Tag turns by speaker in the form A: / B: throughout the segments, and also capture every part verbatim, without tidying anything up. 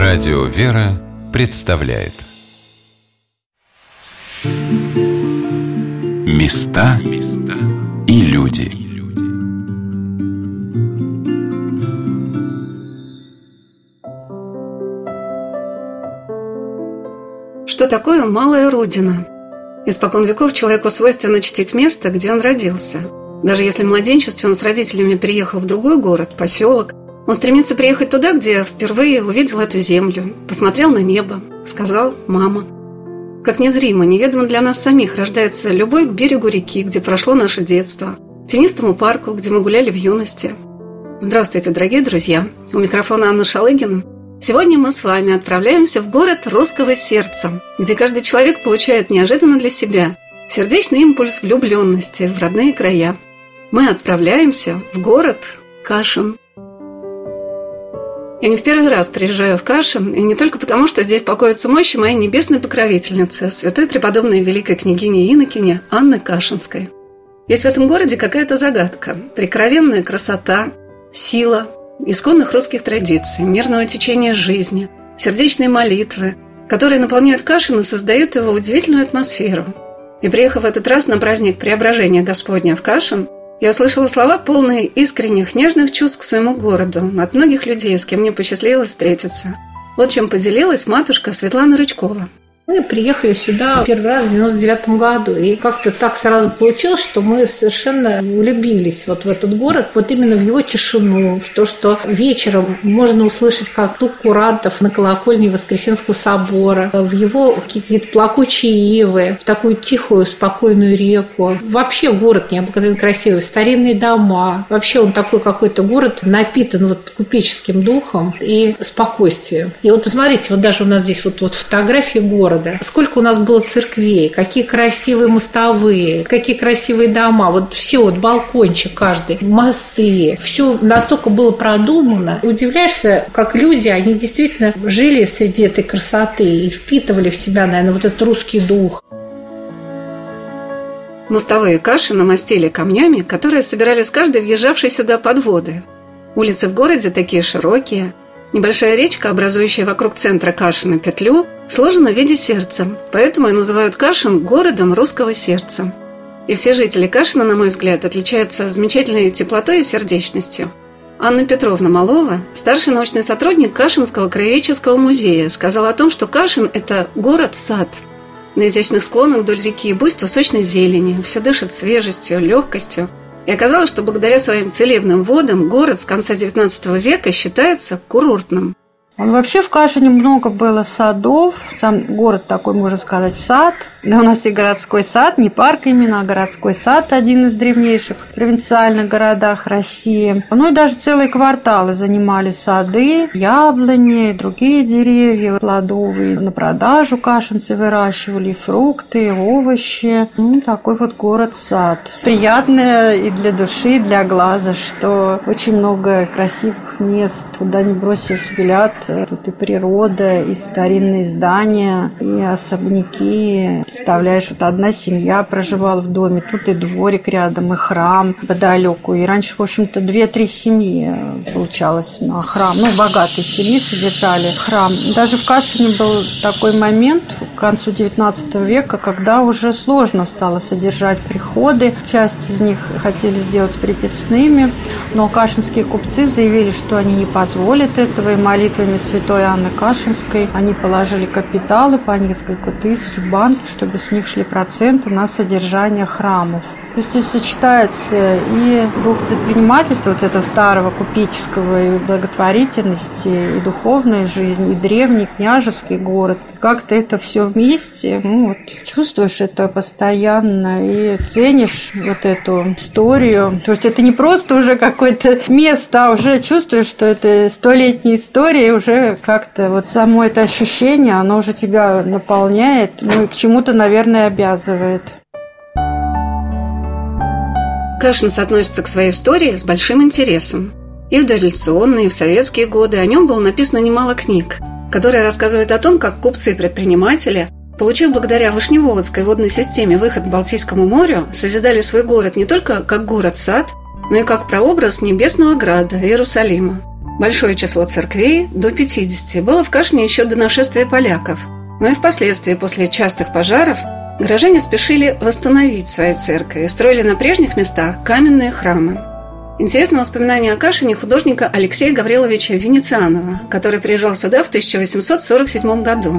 A: Радио «Вера» представляет Места и люди.
B: Что такое малая родина? Испокон веков человеку свойственно чтить место, где он родился. Даже если в младенчестве он с родителями переехал в другой город, поселок, он стремится приехать туда, где впервые увидел эту землю, посмотрел на небо, сказал «мама». Как незримо, неведомо для нас самих рождается любовь к берегу реки, где прошло наше детство, к тенистому парку, где мы гуляли в юности. Здравствуйте, дорогие друзья! У микрофона Анна Шалыгина. Сегодня мы с вами отправляемся в город русского сердца, где каждый человек получает неожиданно для себя сердечный импульс влюбленности в родные края. Мы отправляемся в город Кашин. Я не в первый раз приезжаю в Кашин, и не только потому, что здесь покоятся мощи моей небесной покровительницы, святой преподобной великой княгини Инокини Анны Кашинской. Есть в этом городе какая-то загадка, прикровенная красота, сила исконных русских традиций, мирного течения жизни, сердечные молитвы, которые наполняют Кашин и создают его удивительную атмосферу. И приехав в этот раз на праздник Преображения Господня в Кашин, я услышала слова, полные искренних, нежных чувств к своему городу от многих людей, с кем мне посчастливилось встретиться. Вот чем поделилась матушка Светлана Рычкова.
C: Мы приехали сюда первый раз в девяносто девятом году, и как-то так сразу получилось, что мы совершенно влюбились вот в этот город, вот именно в его тишину, в то, что вечером можно услышать, как стук курантов на колокольне Воскресенского собора, в его какие-то плакучие ивы, в такую тихую, спокойную реку. Вообще город необыкновенно красивый, старинные дома. Вообще он такой какой-то город, напитан вот купеческим духом и спокойствием. И вот посмотрите, вот даже у нас здесь вот, вот фотографии города. Сколько у нас было церквей, какие красивые мостовые, какие красивые дома, вот все, вот балкончик каждый, мосты, все настолько было продумано. Удивляешься, как люди, они действительно жили среди этой красоты и впитывали в себя, наверное, вот этот русский дух.
B: Мостовые Кашина мостили камнями, которые собирали с каждой въезжавшей сюда подводы. Улицы в городе такие широкие. Небольшая речка, образующая вокруг центра Кашина петлю, сложена в виде сердца, поэтому и называют Кашин городом русского сердца. И все жители Кашина, на мой взгляд, отличаются замечательной теплотой и сердечностью. Анна Петровна Малова, старший научный сотрудник Кашинского краеведческого музея, сказала о том, что Кашин – это город-сад. На изящных склонах вдоль реки буйство сочной зелени, все дышит свежестью, легкостью. И оказалось, что благодаря своим целебным водам город с конца девятнадцатого века считается курортным.
D: Вообще в Кашине много было садов, сам город такой, можно сказать, сад. Да, у нас и городской сад, не парк именно, а городской сад, один из древнейших в провинциальных городах России. Ну и даже целые кварталы занимали сады, яблони, другие деревья плодовые. На продажу кашинцы выращивали фрукты, овощи. Ну, такой вот город-сад. Приятное и для души, и для глаза, что очень много красивых мест, куда не бросишь взгляд. Тут и природа, и старинные здания, и особняки. Представляешь, вот одна семья проживала в доме, тут и дворик рядом, и храм подалеку. И раньше, в общем-то, две-три семьи получалось на храм. Ну, богатые семьи содержали храм. Даже в Кашине был такой момент к концу девятнадцатого века, когда уже сложно стало содержать приходы. Часть из них хотели сделать приписными, но кашинские купцы заявили, что они не позволят этого, и молитвами святой Анны Кашинской они положили капиталы по несколько тысяч в банки, чтобы с них шли проценты на содержание храмов. То есть здесь сочетается и дух предпринимательства, вот этого старого купеческого, и благотворительности, и духовная жизнь, и древний княжеский город. Как-то это все вместе, ну, вот, чувствуешь это постоянно и ценишь вот эту историю. То есть это не просто уже какое-то место, а уже чувствуешь, что это столетняя история, и уже как-то вот само это ощущение, оно уже тебя наполняет, ну и к чему-то, наверное, обязывает.
B: Кашинцы относится к своей истории с большим интересом. И в дореволюционные, и в советские годы о нем было написано немало книг, которые рассказывают о том, как купцы и предприниматели, получив благодаря Вышневолодской водной системе выход к Балтийскому морю, созидали свой город не только как город-сад, но и как прообраз небесного града Иерусалима. Большое число церквей, до пятидесяти, было в Кашине еще до нашествия поляков, но и впоследствии, после частых пожаров, горожане спешили восстановить свои церкви и строили на прежних местах каменные храмы. Интересно воспоминание о Кашине художника Алексея Гавриловича Венецианова, который приезжал сюда в тысяча восемьсот сорок седьмом году.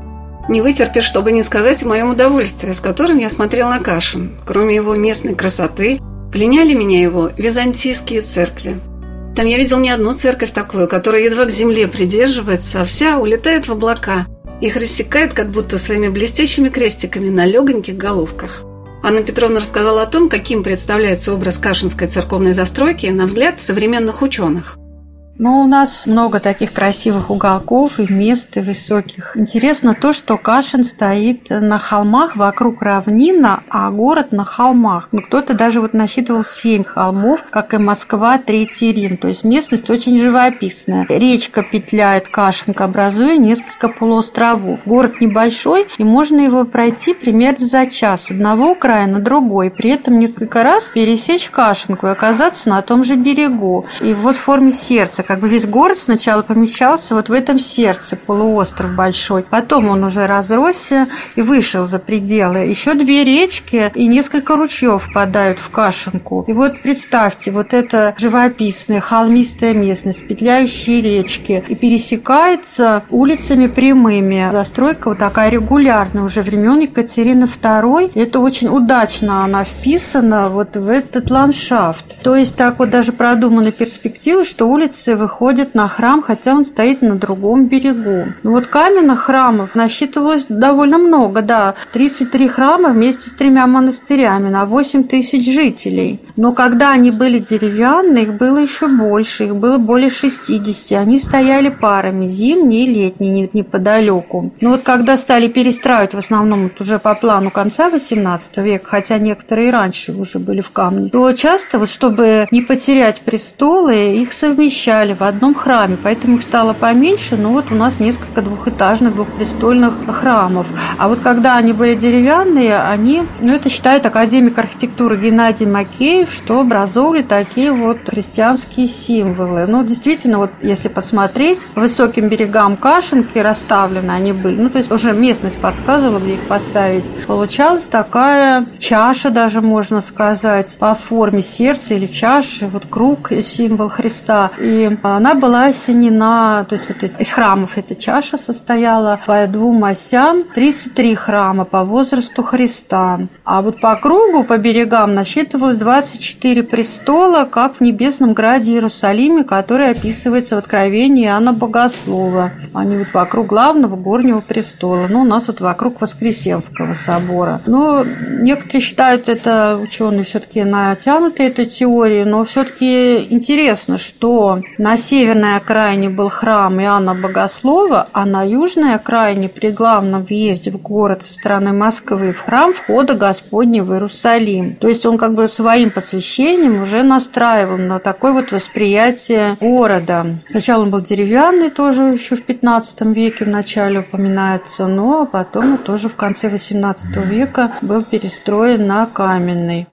B: Не вытерпишь, чтобы не сказать о моем удовольствии, с которым я смотрел на Кашин. Кроме его местной красоты, пленяли меня его византийские церкви. Там я видел не одну церковь такую, которая едва к земле придерживается, а вся улетает в облака. Их рассекает как будто своими блестящими крестиками на легоньких головках. Анна Петровна рассказала о том, каким представляется образ кашинской церковной застройки на взгляд современных ученых.
D: Но у нас много таких красивых уголков и мест и высоких. Интересно то, что Кашин стоит на холмах, вокруг равнина, а город на холмах. Ну, кто-то даже вот насчитывал семь холмов, как и Москва, Третий Рим. То есть местность очень живописная. Речка петляет Кашинка, образуя несколько полуостровов. Город небольшой, и можно его пройти примерно за час с одного края на другой. При этом несколько раз пересечь Кашинку и оказаться на том же берегу. И вот в форме сердца. Как бы весь город сначала помещался вот в этом сердце, полуостров большой. Потом он уже разросся и вышел за пределы. Еще две речки и несколько ручьев впадают в Кашинку. И вот представьте, вот эта живописная холмистая местность, петляющие речки, и пересекается улицами прямыми. Застройка вот такая регулярная уже времен Екатерины второй. И это очень удачно она вписана вот в этот ландшафт. То есть так вот даже продуманы перспективы, что улицы выходит на храм, хотя он стоит на другом берегу. Вот каменных храмов насчитывалось довольно много, да, тридцать три храма вместе с тремя монастырями на восемь тысяч жителей. Но когда они были деревянные, их было еще больше, их было более шестидесяти. Они стояли парами, зимние и летние, неподалеку. Но вот когда стали перестраивать, в основном вот уже по плану конца восемнадцатого века, хотя некоторые и раньше уже были в камне, то часто, вот, чтобы не потерять престолы, их совмещали в одном храме, поэтому их стало поменьше, но вот у нас несколько двухэтажных, двухпрестольных храмов. А вот когда они были деревянные, они, ну это считает академик архитектуры Геннадий Макеев, что образовывали такие вот христианские символы. Ну, действительно, вот если посмотреть, по высоким берегам Кашинки расставлены они были, ну, то есть уже местность подсказывала, где их поставить. Получалась такая чаша, даже можно сказать, по форме сердца или чаши, вот круг, символ Христа. И она была осенена, то есть вот из храмов эта чаша состояла по двум осям, тридцать три храма по возрасту Христа. А вот по кругу, по берегам насчитывалось двадцать четыре престола, как в небесном граде Иерусалиме, который описывается в Откровении Иоанна Богослова. Они вот вокруг главного горнего престола, ну, у нас вот вокруг Воскресенского собора. Но некоторые считают это, ученые все-таки натянуты этой теорией, но все-таки интересно, что на северной окраине был храм Иоанна Богослова, а на южной окраине при главном въезде в город со стороны Москвы в храм входа Господня в Иерусалим. То есть он как бы своим посвящением уже настраивал на такое вот восприятие города. Сначала он был деревянный, тоже еще в пятнадцатом веке в начале упоминается, но потом тоже в конце восемнадцатого века был перестроен на каменный.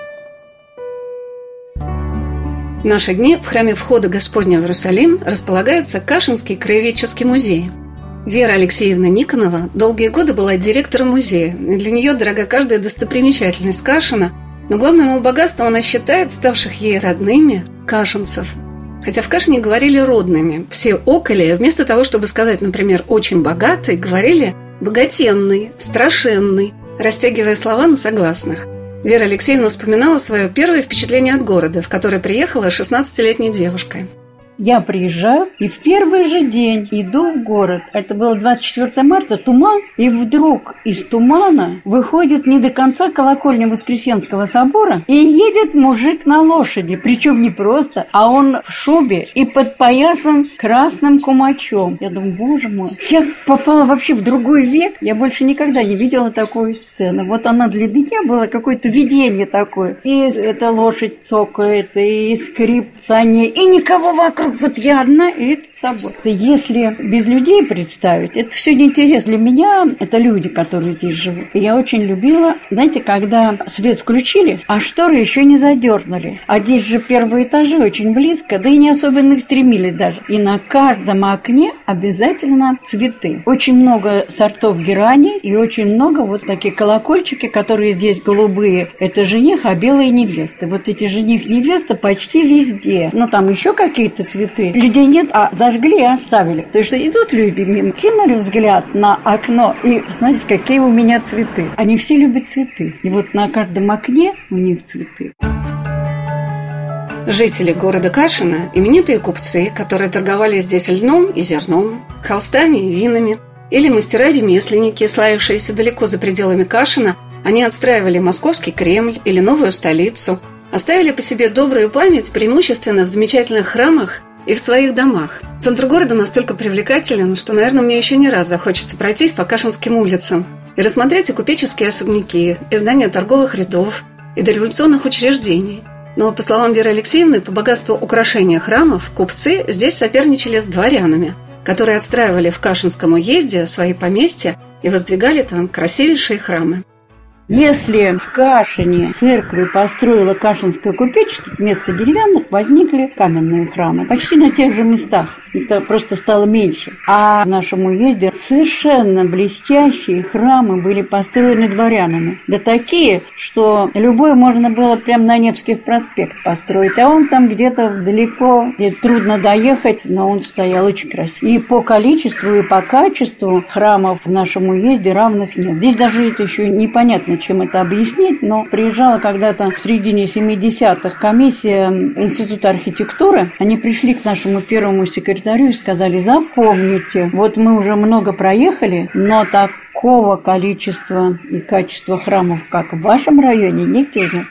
B: В наши дни в храме входа Господня в Иерусалим располагается Кашинский краеведческий музей. Вера Алексеевна Никонова долгие годы была директором музея, и для нее дорога каждая достопримечательность Кашина, но главным его богатством она считает ставших ей родными кашинцев. Хотя в Кашине говорили родными, все околе, вместо того, чтобы сказать, например, «очень богатый», говорили «богатенный», «страшенный», растягивая слова на согласных. Вера Алексеевна вспоминала свое первое впечатление от города, в который приехала шестнадцатилетней девушкой.
E: Я приезжаю и в первый же день иду в город. Это было двадцать четвёртого марта, туман. И вдруг из тумана выходит не до конца колокольня Воскресенского собора и едет мужик на лошади. Причем не просто, а он в шубе и подпоясан красным кумачом. Я думаю, боже мой, я попала вообще в другой век. Я больше никогда не видела такую сцену. Вот она для меня была какое-то видение такое. И эта лошадь цокает, и скрип саней, и никого вокруг вот я одна, и этот собор. Если без людей представить, это все неинтересно. Для меня это люди, которые здесь живут. И я очень любила, знаете, когда свет включили, а шторы еще не задернули. А здесь же первые этажи очень близко, да и не особенно их стремились даже. И на каждом окне обязательно цветы. Очень много сортов герани и очень много вот такие колокольчики, которые здесь голубые. Это жених, а белые невесты. Вот эти жених-невеста почти везде. Но там еще какие-то цветы. Людей нет, а зажгли и оставили. То есть, что идут люди мимо, кинули взгляд на окно и посмотрите, какие у меня цветы. Они все любят цветы. И вот на каждом окне у них цветы.
B: Жители города Кашина – именитые купцы, которые торговали здесь льном и зерном, холстами и винами, или мастера-ремесленники, славившиеся далеко за пределами Кашина. Они отстраивали московский Кремль или новую столицу, оставили по себе добрую память преимущественно в замечательных храмах и в своих домах. Центр города настолько привлекателен, что, наверное, мне еще не раз захочется пройтись по Кашинским улицам и рассмотреть и купеческие особняки, и здания торговых рядов, и дореволюционных учреждений. Но, по словам Веры Алексеевны, по богатству украшения храмов купцы здесь соперничали с дворянами, которые отстраивали в Кашинском уезде свои поместья и воздвигали там красивейшие храмы.
E: Если в Кашине церковь построила Кашинское купечество, вместо деревянных возникли каменные храмы. Почти на тех же местах. Их просто стало меньше. А в нашем уезде совершенно блестящие храмы были построены дворянами. Да такие, что любой можно было прямо на Невский проспект построить. А он там где-то далеко, где трудно доехать, но он стоял очень красиво. И по количеству, и по качеству храмов в нашем уезде равных нет. Здесь даже это еще непонятно, чем это объяснить, но приезжала когда-то в середине семидесятых комиссия Института архитектуры. Они пришли к нашему первому секретарю и сказали: запомните, вот мы уже много проехали, но такого количества и качества храмов, как в вашем районе, нигде нет.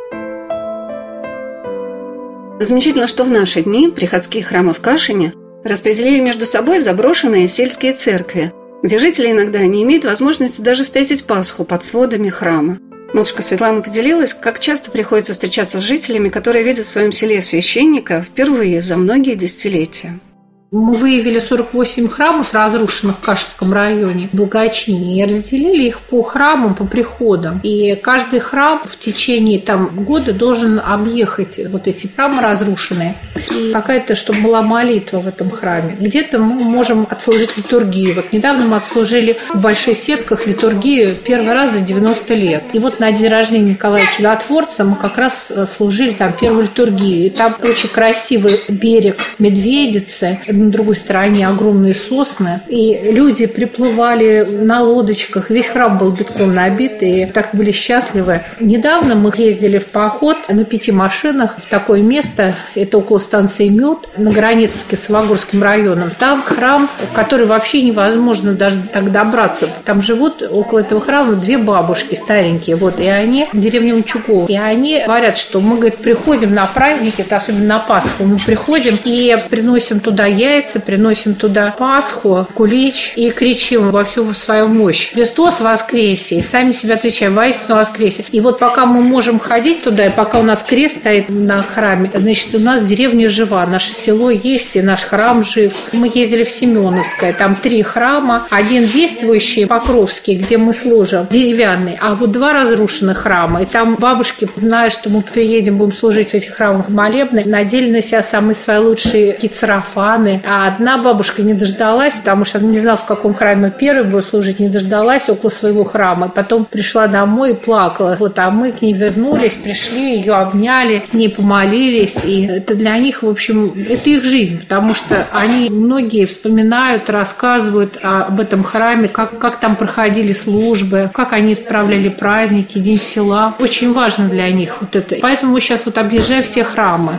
B: Замечательно, что в наши дни приходские храмы в Кашине распределили между собой заброшенные сельские церкви, где жители иногда не имеют возможности даже встретить Пасху под сводами храма. Матушка Светлана поделилась, как часто приходится встречаться с жителями, которые видят в своем селе священника впервые за многие десятилетия.
C: Мы выявили сорок восемь храмов, разрушенных в Кашинском районе, в Благочине, и разделили их по храмам, по приходам. И каждый храм в течение там, года должен объехать вот эти храмы разрушенные. И какая-то, чтобы была молитва в этом храме. Где-то мы можем отслужить литургию. Вот недавно мы отслужили в Больших Сетках литургию первый раз за девяносто лет. И вот на день рождения Николая Чудотворца мы как раз служили там первую литургию. И там очень красивый берег Медведицы, на другой стороне огромные сосны, и люди приплывали на лодочках, весь храм был битком набит, и так были счастливы. Недавно мы ездили в поход на пяти машинах в такое место, это около станции Мед, на границе с Кисловодским районом. Там храм, в который вообще невозможно даже так добраться. Там живут около этого храма две бабушки старенькие, вот, и они в деревне Мчукова. И они говорят, что мы, говорит, приходим на праздники, это особенно на Пасху, мы приходим и приносим туда яйца, приносим туда Пасху, кулич и кричим во всю свою мощь: Христос воскресе! И сами себя отвечаем: воистину воскресе! И вот пока мы можем ходить туда, и пока у нас крест стоит на храме, значит, у нас деревня жива, наше село есть, и наш храм жив. Мы ездили в Семеновское, там три храма, один действующий, Покровский, где мы служим, деревянный, а вот два разрушенных храма. И там бабушки, зная, что мы приедем, будем служить в этих храмах молебны, надели на себя самые свои лучшие сарафаны. А одна бабушка не дождалась, потому что она не знала, в каком храме первой будет служить, не дождалась около своего храма. Потом пришла домой и плакала. Вот, а мы к ней вернулись, пришли, ее обняли, с ней помолились. И это для них, в общем, это их жизнь, потому что они многие вспоминают, рассказывают об этом храме, как, как там проходили службы, как они отправляли праздники, День села. Очень важно для них вот это. Поэтому мы сейчас вот объезжаем все храмы.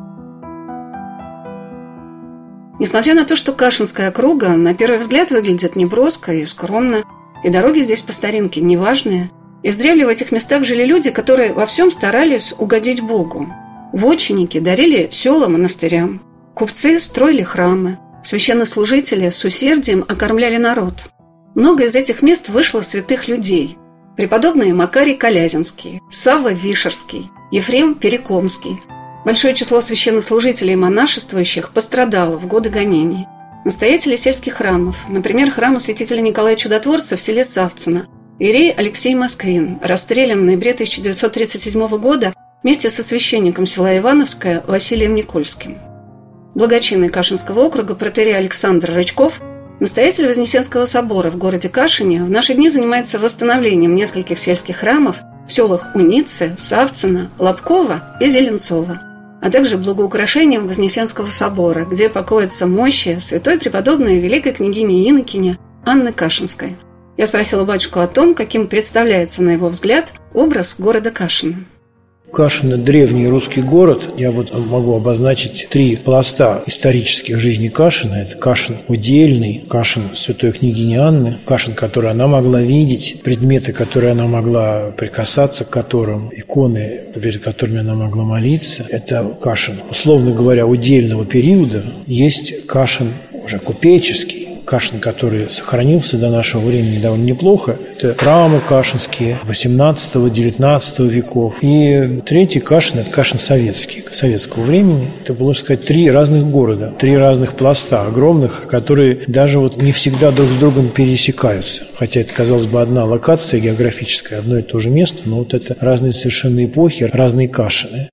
B: Несмотря на то, что Кашинская округа на первый взгляд выглядит неброско и скромно, и дороги здесь по старинке неважные, издревле в этих местах жили люди, которые во всем старались угодить Богу. Вотчинники дарили села монастырям, купцы строили храмы, священнослужители с усердием окормляли народ. Много из этих мест вышло святых людей. Преподобные Макарий Колязинский, Савва Вишерский, Ефрем Перекомский, Большое число священнослужителей и монашествующих пострадало в годы гонений. Настоятели сельских храмов, например, храма святителя Николая Чудотворца в селе Савцино, иерей Алексей Москвин, расстрелян в ноябре тысяча девятьсот тридцать седьмого года вместе со священником села Ивановское Василием Никольским. Благочинный Кашинского округа протоиерей Александр Рычков, настоятель Вознесенского собора в городе Кашине, в наши дни занимается восстановлением нескольких сельских храмов в селах Уницы, Савцино, Лобково и Зеленцово, а также благоукрашением Вознесенского собора, где покоятся мощи святой преподобной великой княгини Инокиня Анны Кашинской. Я спросила батюшку о том, каким представляется, на его взгляд, образ города Кашина.
F: Кашина – древний русский город. Я вот могу обозначить три пласта исторических жизни Кашина. Это Кашин удельный, Кашин святой княгини Анны, Кашин, который она могла видеть, предметы, которые она могла прикасаться к которым, иконы, перед которыми она могла молиться. Это Кашин, условно говоря, удельного периода. Есть Кашин уже купеческий, Кашин, который сохранился до нашего времени довольно неплохо. Это храмы кашинские восемнадцатого-девятнадцатого веков. И третий Кашин – это Кашин советский, советского времени. Это, можно сказать, три разных города, три разных пласта огромных, которые даже вот не всегда друг с другом пересекаются. Хотя это, казалось бы, одна локация географическая, одно и то же место, но вот это разные совершенно эпохи, разные Кашины.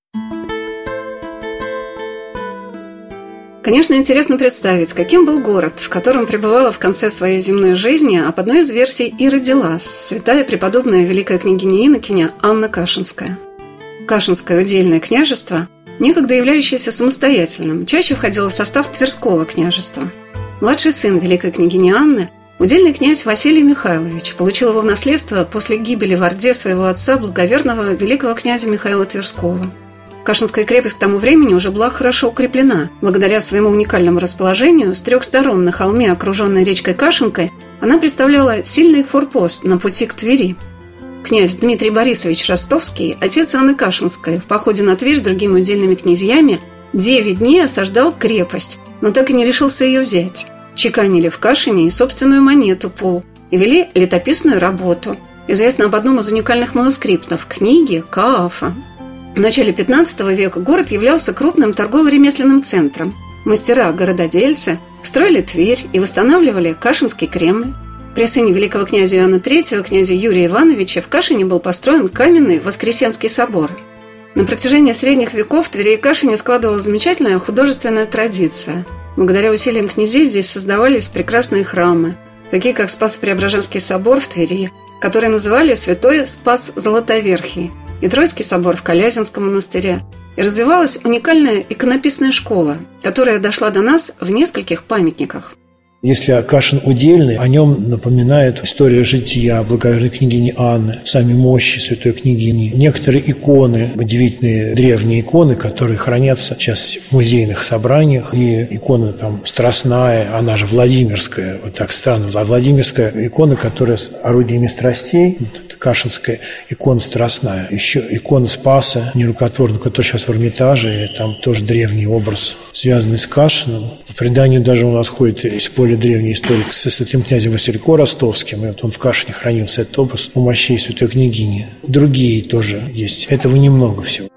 B: Конечно, интересно представить, каким был город, в котором пребывала в конце своей земной жизни, а по одной из версий и родилась святая преподобная великая княгиня Инокиня Анна Кашинская. Кашинское удельное княжество, некогда являющееся самостоятельным, чаще входило в состав Тверского княжества. Младший сын великой княгини Анны, удельный князь Василий Михайлович, получил его в наследство после гибели в Орде своего отца, благоверного великого князя Михаила Тверского. Кашинская крепость к тому времени уже была хорошо укреплена. Благодаря своему уникальному расположению с трех сторон на холме, окруженной речкой Кашинкой, она представляла сильный форпост на пути к Твери. Князь Дмитрий Борисович Ростовский, отец Анны Кашинской, в походе на Тверь с другими удельными князьями девять дней осаждал крепость, но так и не решился ее взять. Чеканили в Кашине и собственную монету пол и вели летописную работу. Известно об одном из уникальных манускриптов – книги Каафа. В начале пятнадцатого века город являлся крупным торгово-ремесленным центром. Мастера-горододельцы строили Тверь и восстанавливали Кашинский Кремль. При сыне великого князя Иоанна третьего, князя Юрия Ивановича, в Кашине был построен каменный Воскресенский собор. На протяжении средних веков в Твери и Кашине складывалась замечательная художественная традиция. Благодаря усилиям князей здесь создавались прекрасные храмы, такие как Спасо-Преображенский собор в Твери, который называли Святой Спас Золотоверхий, и Троицкий собор в Калязинском монастыре. И развивалась уникальная иконописная школа, которая дошла до нас в нескольких памятниках.
F: Если Кашин удельный, о нем напоминает история жития благоверной княгини Анны, сами мощи святой княгини. Некоторые иконы, удивительные древние иконы, которые хранятся сейчас в музейных собраниях. И икона там Страстная, она же Владимирская, вот так странно, Владимирская икона, которая с орудиями страстей, это Кашинская икона Страстная. Еще икона Спаса нерукотворная, которая сейчас в Эрмитаже, и там тоже древний образ, связанный с Кашином. По преданию даже у нас ходит из более древний историк со святым князем Василько Ростовским, и вот он в Кашине хранился, этот образ у мощей святой княгини. Другие тоже есть. Этого немного всего.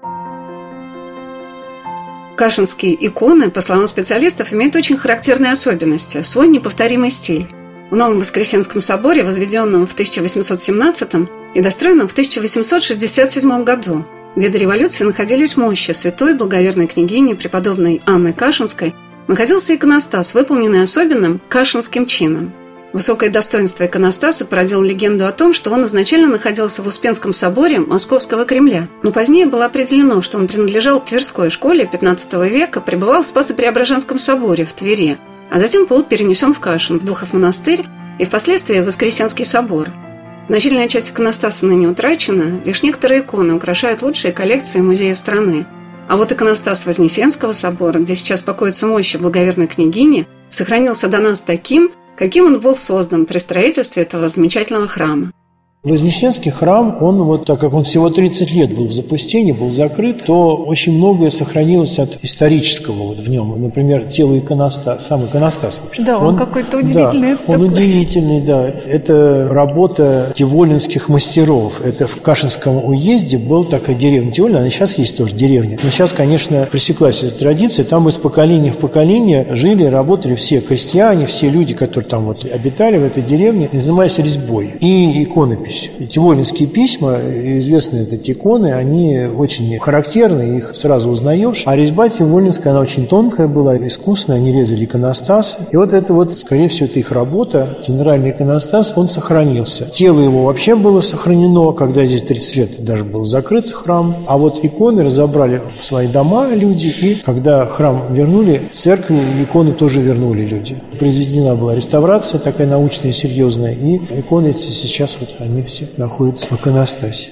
B: Кашинские иконы, по словам специалистов, имеют очень характерные особенности, свой неповторимый стиль. В Новом Воскресенском соборе, возведенном в тысяча восемьсот семнадцатом и достроенном в тысяча восемьсот шестьдесят седьмом году, где до революции находились мощи святой благоверной княгини преподобной Анны Кашинской, находился иконостас, выполненный особенным кашинским чином. Высокое достоинство иконостаса породило легенду о том, что он изначально находился в Успенском соборе Московского Кремля, но позднее было определено, что он принадлежал Тверской школе пятнадцатого века, пребывал в Спасо-Преображенском соборе в Твери, а затем был перенесен в Кашин, в Духов монастырь и впоследствии в Воскресенский собор. Значительная часть иконостаса ныне утрачена, лишь некоторые иконы украшают лучшие коллекции музеев страны. А вот иконостас Вознесенского собора, где сейчас покоятся мощи благоверной княгини, сохранился до нас таким, каким он был создан при строительстве этого замечательного храма.
F: Вознесенский храм, он вот, так как он всего тридцать лет был в запустении, был закрыт, то очень многое сохранилось от исторического вот в нем. Например, тело иконостаса, сам иконостас. Вообще.
B: Да, он, он какой-то удивительный.
F: Да, он удивительный, да. Это работа тиволинских мастеров. Это в Кашинском уезде была такая деревня Тиволин, она сейчас есть тоже деревня. Но сейчас, конечно, пресеклась эта традиция. Там из поколения в поколение жили, работали все крестьяне, все люди, которые там вот обитали в этой деревне, и занимались резьбой и иконописью. И тиволинские письма, известные вот эти иконы, они очень характерны, их сразу узнаешь. А резьба тиволинская, она очень тонкая была, искусная, они резали иконостасы. И вот это вот, скорее всего, это их работа. Центральный иконостас, он сохранился. Тело его вообще было сохранено, когда здесь тридцать лет даже был закрыт храм. А вот иконы разобрали в свои дома люди, и когда храм вернули, церкви иконы тоже вернули люди. Произведена была реставрация такая научная, серьезная, и иконы эти сейчас вот они все находятся в иконостасе.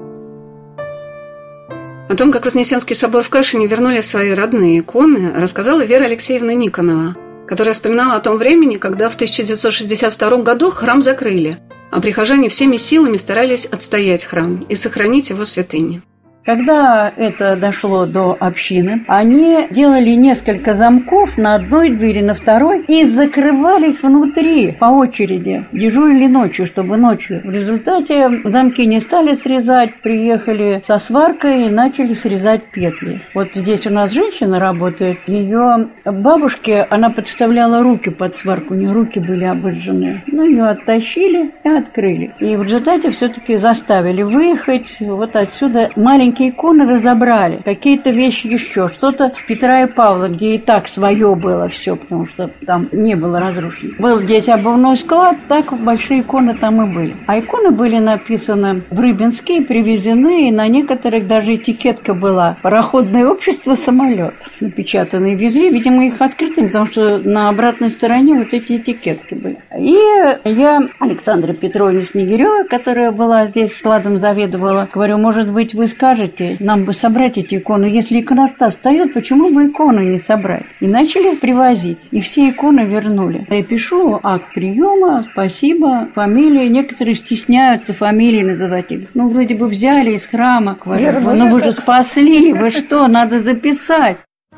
B: О том, как Вознесенский собор в Кашине вернули свои родные иконы, рассказала Вера Алексеевна Никонова, которая вспоминала о том времени, когда в тысяча девятьсот шестьдесят втором году храм закрыли, а прихожане всеми силами старались отстоять храм и сохранить его святыни.
E: Когда это дошло до общины, они делали несколько замков на одной двери, на второй и закрывались внутри по очереди. Дежурили ночью, чтобы ночью. В результате замки не стали срезать, приехали со сваркой и начали срезать петли. Вот здесь у нас женщина работает, ее бабушке, она подставляла руки под сварку, у нее руки были обожжены. Ну, ее оттащили и открыли. И в результате все-таки заставили выехать вот отсюда. Маленькие иконы разобрали, какие-то вещи еще, что-то Петра и Павла, где и так свое было все, потому что там не было разрушено. Был здесь обувной склад, так большие иконы там и были. А иконы были написаны в Рыбинске, привезены, и на некоторых даже этикетка была «Пароходное общество самолет». Напечатанные везли, видимо, их открытыми, потому что на обратной стороне вот эти этикетки были. И я Александра Петровна Снегирева, которая была здесь складом заведовала, говорю, может быть, вы скажете, нам бы собрать эти иконы. Если иконостас встает, почему бы иконы не собрать? И начали привозить. И все иконы вернули. Я пишу акт приема, спасибо, фамилии. Некоторые стесняются фамилии называть их. Ну, вроде бы взяли из храма. Говорят, ну вы же спасли, вы что, надо записать.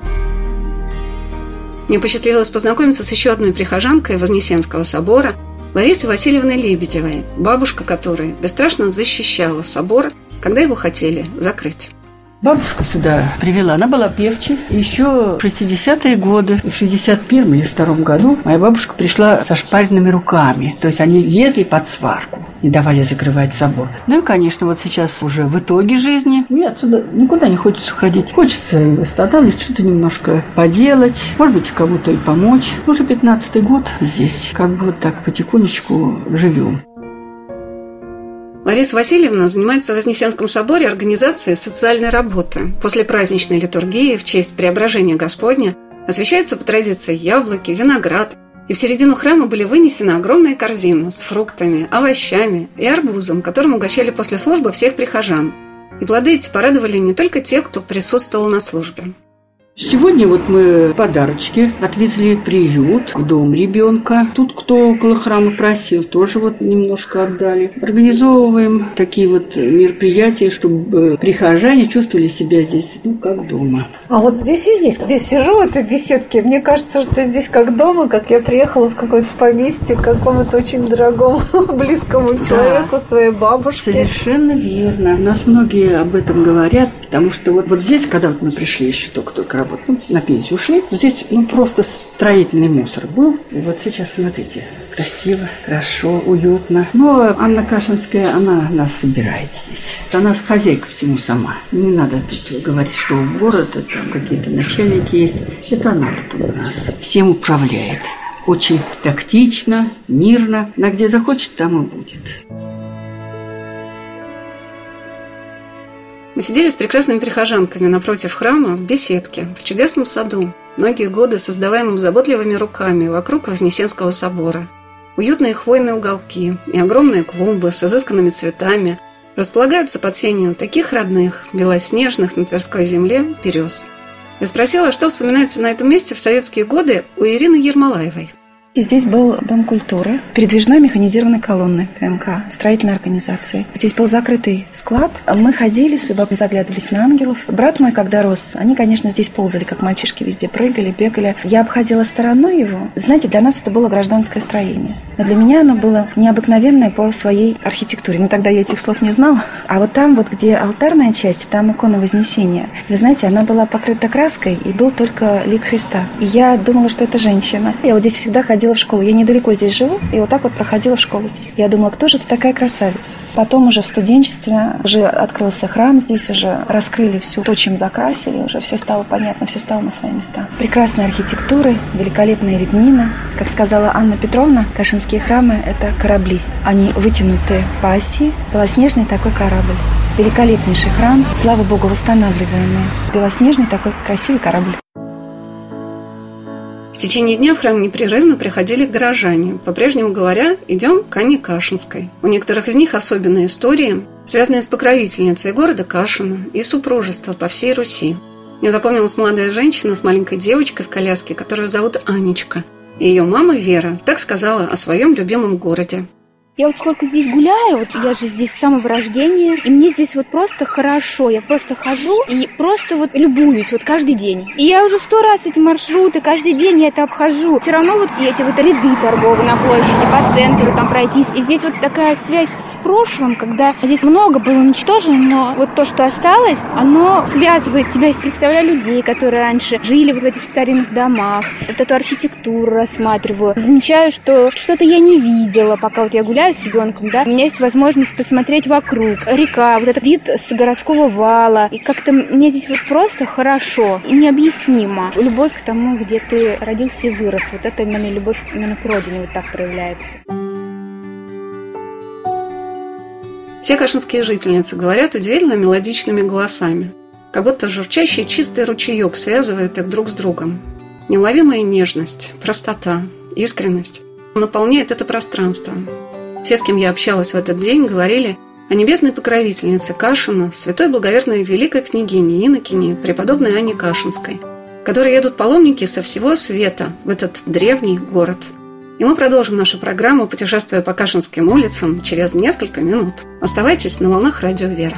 B: Мне посчастливилось познакомиться с еще одной прихожанкой Вознесенского собора, Ларисой Васильевной Лебедевой, бабушка которой бесстрашно защищала собор, когда его хотели закрыть.
E: Бабушка сюда привела, она была певчей. Еще в шестидесятые годы, в шестьдесят первом или втором году моя бабушка пришла со шпаренными руками. То есть они лезли под сварку, не давали закрывать собор. Ну и, конечно, вот сейчас уже в итоге жизни мне отсюда никуда не хочется уходить. Хочется и восстанавливать, что-то немножко поделать, может быть, кому-то и помочь. Уже пятнадцатый год здесь, как бы вот так потихонечку живем.
B: Лариса Васильевна занимается в Вознесенском соборе организацией социальной работы. После праздничной литургии в честь Преображения Господня освящаются по традиции яблоки, виноград, и в середину храма были вынесены огромные корзины с фруктами, овощами и арбузом, которым угощали после службы всех прихожан. И плоды эти порадовали не только тех, кто присутствовал на службе.
E: Сегодня вот мы подарочки отвезли, приют, в дом ребенка. Тут кто около храма просил, тоже вот немножко отдали. Организовываем такие вот мероприятия, чтобы прихожане чувствовали себя здесь, ну, как дома.
C: А вот здесь и есть. Здесь сижу в этой беседке. Мне кажется, что здесь как дома, как я приехала в какое-то поместье к какому-то очень дорогому, близкому человеку, да, своей бабушке.
E: Совершенно верно. У нас многие об этом говорят, потому что вот, вот здесь, когда вот мы пришли еще только-только работать, ну, на пенсию ушли, вот здесь ну, просто строительный мусор был. И вот сейчас, смотрите, красиво, хорошо, уютно. Но Анна Кашинская, она нас собирает здесь. Она хозяйка всему сама. Не надо тут говорить, что город, там какие-то начальники есть. Это она тут у нас всем управляет. Очень тактично, мирно. На где захочет, там и будет.
B: Мы сидели с прекрасными прихожанками напротив храма в беседке, в чудесном саду, многие годы создаваемым заботливыми руками вокруг Вознесенского собора. Уютные хвойные уголки и огромные клумбы с изысканными цветами располагаются под сенью таких родных, белоснежных на Тверской земле берез. Я спросила, что вспоминается на этом месте в советские годы у Ирины Ермолаевой.
G: Здесь был Дом культуры, передвижной механизированной колонны ПМК, строительной организации. Здесь был закрытый склад. Мы ходили, с любопытством заглядывались на ангелов. Брат мой, когда рос, они, конечно, здесь ползали, как мальчишки, везде прыгали, бегали. Я обходила стороной его. Знаете, для нас это было гражданское строение. Но для меня оно было необыкновенное по своей архитектуре. Но тогда я этих слов не знала. А вот там, вот где алтарная часть, там икона Вознесения. Вы знаете, она была покрыта краской, и был только лик Христа. И я думала, что это женщина. Я вот здесь всегда ходила в школу. Я недалеко здесь живу, и вот так вот проходила в школу здесь. Я думала, кто же ты такая красавица? Потом уже в студенчестве уже открылся храм здесь, уже раскрыли все то, чем закрасили, уже все стало понятно, все стало на свои места. Прекрасная архитектура, великолепная лепнина. Как сказала Анна Петровна, кашинские храмы – это корабли. Они вытянуты по оси, белоснежный такой корабль. Великолепнейший храм, слава Богу, восстанавливаемый. Белоснежный такой красивый корабль.
B: В течение дня в храм непрерывно приходили горожане, по-прежнему говоря, идем к Анне Кашинской. У некоторых из них особенные истории, связанные с покровительницей города Кашина и супружества по всей Руси. Мне запомнилась молодая женщина с маленькой девочкой в коляске, которую зовут Анечка. И ее мама Вера так сказала о своем любимом городе.
H: Я вот сколько здесь гуляю, вот я же здесь с самого рождения, и мне здесь вот просто хорошо. Я просто хожу и просто вот любуюсь вот каждый день. И я уже сто раз эти маршруты, каждый день я это обхожу. Все равно вот эти вот ряды торговые на площади, по центру там пройтись. И здесь вот такая связь с прошлым, когда здесь много было уничтожено, но вот то, что осталось, оно связывает тебя. Я представляю людей, которые раньше жили вот в этих старинных домах. Вот эту архитектуру рассматриваю. Замечаю, что что-то я не видела, пока вот я гуляю с ребенком, да, у меня есть возможность посмотреть вокруг. Река, вот этот вид с городского вала. И как-то мне здесь вот просто хорошо и необъяснимо. Любовь к тому, где ты родился и вырос. Вот это именно любовь именно к родине вот так проявляется.
B: Все кашинские жительницы говорят удивительно мелодичными голосами. Как будто журчащий чистый ручеек связывает их друг с другом. Неуловимая нежность, простота, искренность наполняет это пространство. Все, с кем я общалась в этот день, говорили о небесной покровительнице Кашина, святой благоверной великой княгине инокини, преподобной Анне Кашинской, которые едут паломники со всего света в этот древний город. И мы продолжим нашу программу, путешествуя по Кашинским улицам, через несколько минут. Оставайтесь на волнах радио «Вера».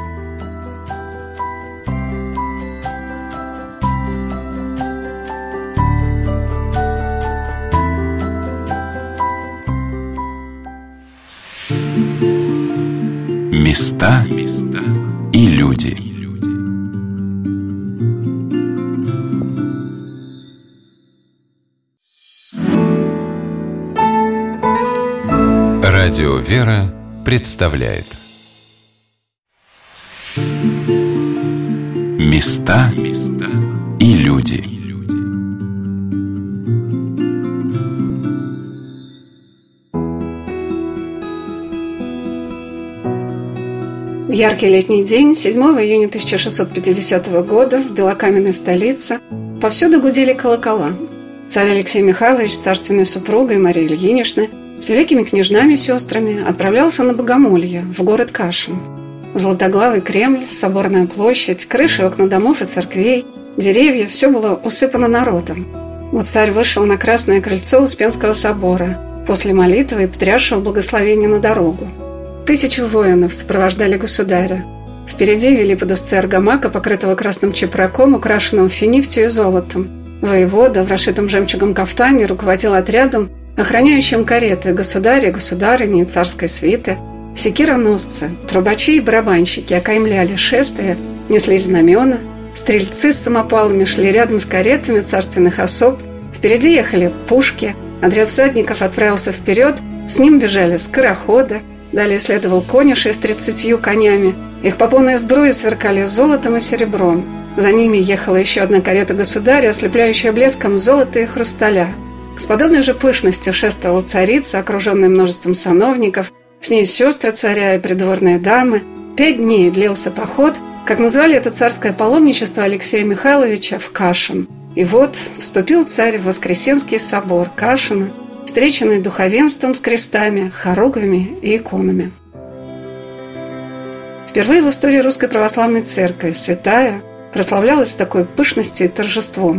A: Места и люди. Радио «Вера» представляет Места и люди.
B: В яркий летний день, седьмого июня тысяча шестьсот пятидесятого года, в белокаменной столице повсюду гудели колокола. Царь Алексей Михайлович с царственной супругой Марией Ильиничной с великими княжнами-сестрами отправлялся на богомолье в город Кашин. Золотоглавый Кремль, соборная площадь, крыши, окна домов и церквей, деревья – все было усыпано народом. Вот царь вышел на красное крыльцо Успенского собора после молитвы и потрясшего благословения на дорогу. Тысячи воинов сопровождали государя. Впереди вели под узцы аргамака, покрытого красным чепраком, украшенным финифтью и золотом. Воевода в расшитом жемчугом кафтане руководил отрядом, охраняющим кареты государя, государыни и царской свиты. Секироносцы, трубачи и барабанщики окаймляли шествие, неслись знамена. Стрельцы с самопалами шли рядом с каретами царственных особ. Впереди ехали пушки. Отряд всадников отправился вперед, с ним бежали скороходы. Далее следовал конюшей с тридцатью конями. Их попонные сбруи сверкали золотом и серебром. За ними ехала еще одна карета государя, ослепляющая блеском золота и хрусталя. С подобной же пышностью шествовала царица, окруженная множеством сановников, с ней сестры царя и придворные дамы. Пять дней длился поход, как назвали это царское паломничество Алексея Михайловича, в Кашин. И вот вступил царь в Воскресенский собор Кашина, встреченный духовенством с крестами, хоругвями и иконами. Впервые в истории Русской Православной Церкви святая прославлялась с такой пышностью и торжеством.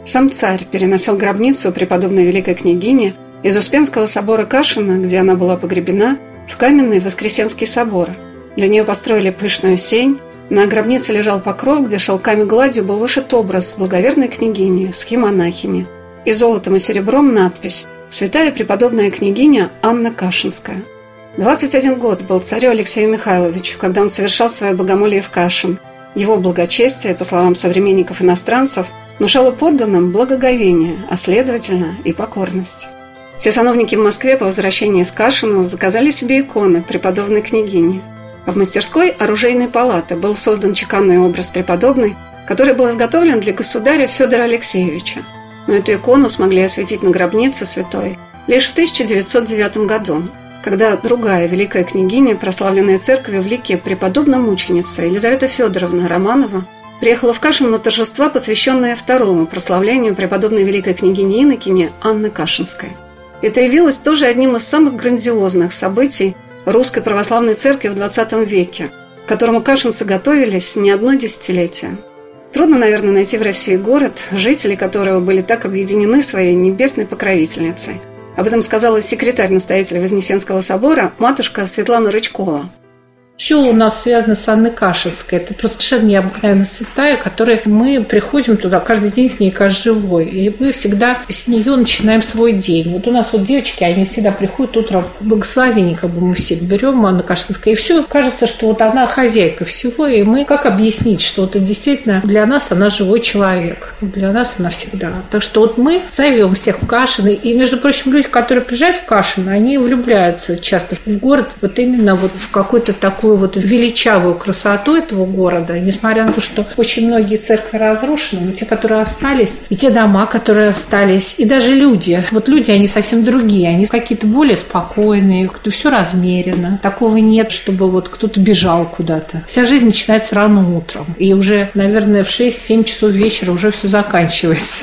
B: Сам царь переносил гробницу преподобной великой княгини из Успенского собора Кашина, где она была погребена, в каменный Воскресенский собор. Для нее построили пышную сень. На гробнице лежал покров, где шелками гладью был вышит образ благоверной княгини, схимонахини. И золотом и серебром надпись «Святая преподобная княгиня Анна Кашинская». двадцать один год был царю Алексею Михайловичу, когда он совершал свое богомолье в Кашин. Его благочестие, по словам современников-иностранцев, внушало подданным благоговение, а следовательно и покорность. Все сановники в Москве по возвращении из Кашина заказали себе иконы преподобной княгини. А в мастерской оружейной палаты был создан чеканный образ преподобной, который был изготовлен для государя Федора Алексеевича. Но эту икону смогли осветить на гробнице святой лишь в тысяча девятьсот девятом году, когда другая великая княгиня, прославленная церковью в лике преподобная мученица Елизавета Федоровна Романова, приехала в Кашин на торжества, посвященные второму прославлению преподобной великой княгини инокини Анны Кашинской. Это явилось тоже одним из самых грандиозных событий Русской Православной Церкви в двадцатом веке, к которому кашинцы готовились не одно десятилетие. Трудно, наверное, найти в России город, жители которого были так объединены своей небесной покровительницей. Об этом сказала секретарь-настоятель Вознесенского собора матушка Светлана Рычкова.
C: Все у нас связано с Анной Кашинской. Это просто совершенно необыкновенная святая, которой мы приходим туда каждый день с ней как живой. И мы всегда с нее начинаем свой день. Вот у нас вот девочки, они всегда приходят утром в благословение, как бы мы все берем Анну Кашинскую. И все кажется, что вот она хозяйка всего. И мы как объяснить, что это действительно для нас она живой человек. Для нас она всегда. Так что вот мы зовем всех в Кашин. И, между прочим, люди, которые приезжают в Кашин, они влюбляются часто в город вот именно вот в какой-то такой вот величавую красоту этого города, несмотря на то, что очень многие церкви разрушены, но те, которые остались, и те дома, которые остались, и даже люди, вот люди, они совсем другие, они какие-то более спокойные, как-то все размеренно, такого нет, чтобы вот кто-то бежал куда-то. Вся жизнь начинается рано утром, и уже, наверное, в шесть-семь часов вечера уже все заканчивается.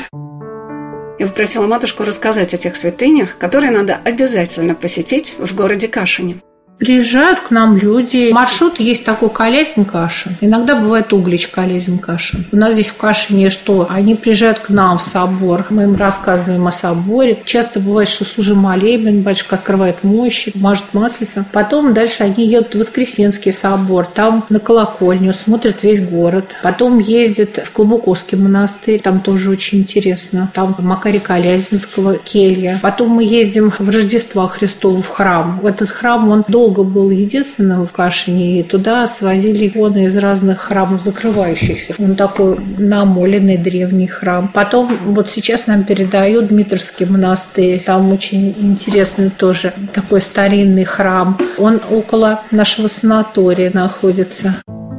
B: Я попросила матушку рассказать о тех святынях, которые надо обязательно посетить в городе Кашине.
C: Приезжают к нам люди. Маршрут есть такой Колязин-Кашин. Иногда бывает Углич Колязин-Кашин. У нас здесь в Кашине что? Они приезжают к нам в собор. Мы им рассказываем о соборе. Часто бывает, что служим молебен, батюшка открывает мощи, мажет маслицем. Потом дальше они едут в Воскресенский собор. Там на колокольню смотрят весь город. Потом ездят в Клобуковский монастырь. Там тоже очень интересно. Там Макария Колязинского келья. Потом мы ездим в Рождество Христово в храм. В этот храм он долго был единственным в Кашине, и туда свозили иконы из разных храмов закрывающихся. Он такой намоленный древний храм. Потом вот сейчас нам передают Дмитровский монастырь. Там очень интересный тоже такой старинный храм. Он около нашего санатория находится.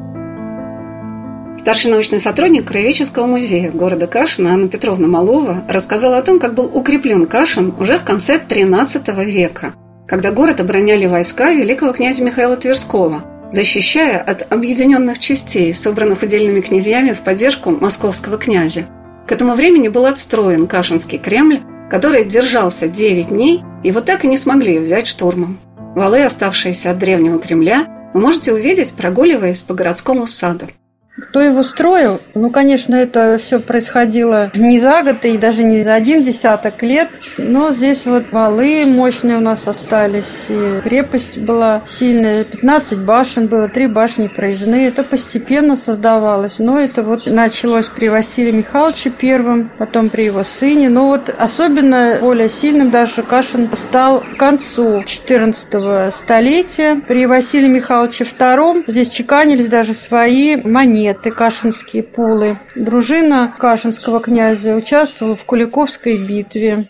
B: Старший научный сотрудник Краеведческого музея города Кашина Анна Петровна Малова рассказала о том, как был укреплен Кашин уже в конце тринадцатого века, когда город обороняли войска великого князя Михаила Тверского, защищая от объединенных частей, собранных удельными князьями в поддержку московского князя. К этому времени был отстроен Кашинский Кремль, который держался девять дней, и вот так и не смогли взять штурмом. Валы, оставшиеся от древнего Кремля, вы можете увидеть, прогуливаясь по городскому саду.
D: Кто его строил? Ну, конечно, это все происходило не за год и даже не за один десяток лет. Но здесь вот валы мощные у нас остались, и крепость была сильная. пятнадцать башен было, три башни проездные. Это постепенно создавалось. Но это вот началось при Василии Михайловиче Первом, потом при его сыне. Но вот особенно более сильным даже Кашин стал к концу четырнадцатого столетия. При Василии Михайловиче Втором здесь чеканились даже свои монеты. Это кашинские пулы. Дружина кашинского князя участвовала в Куликовской битве.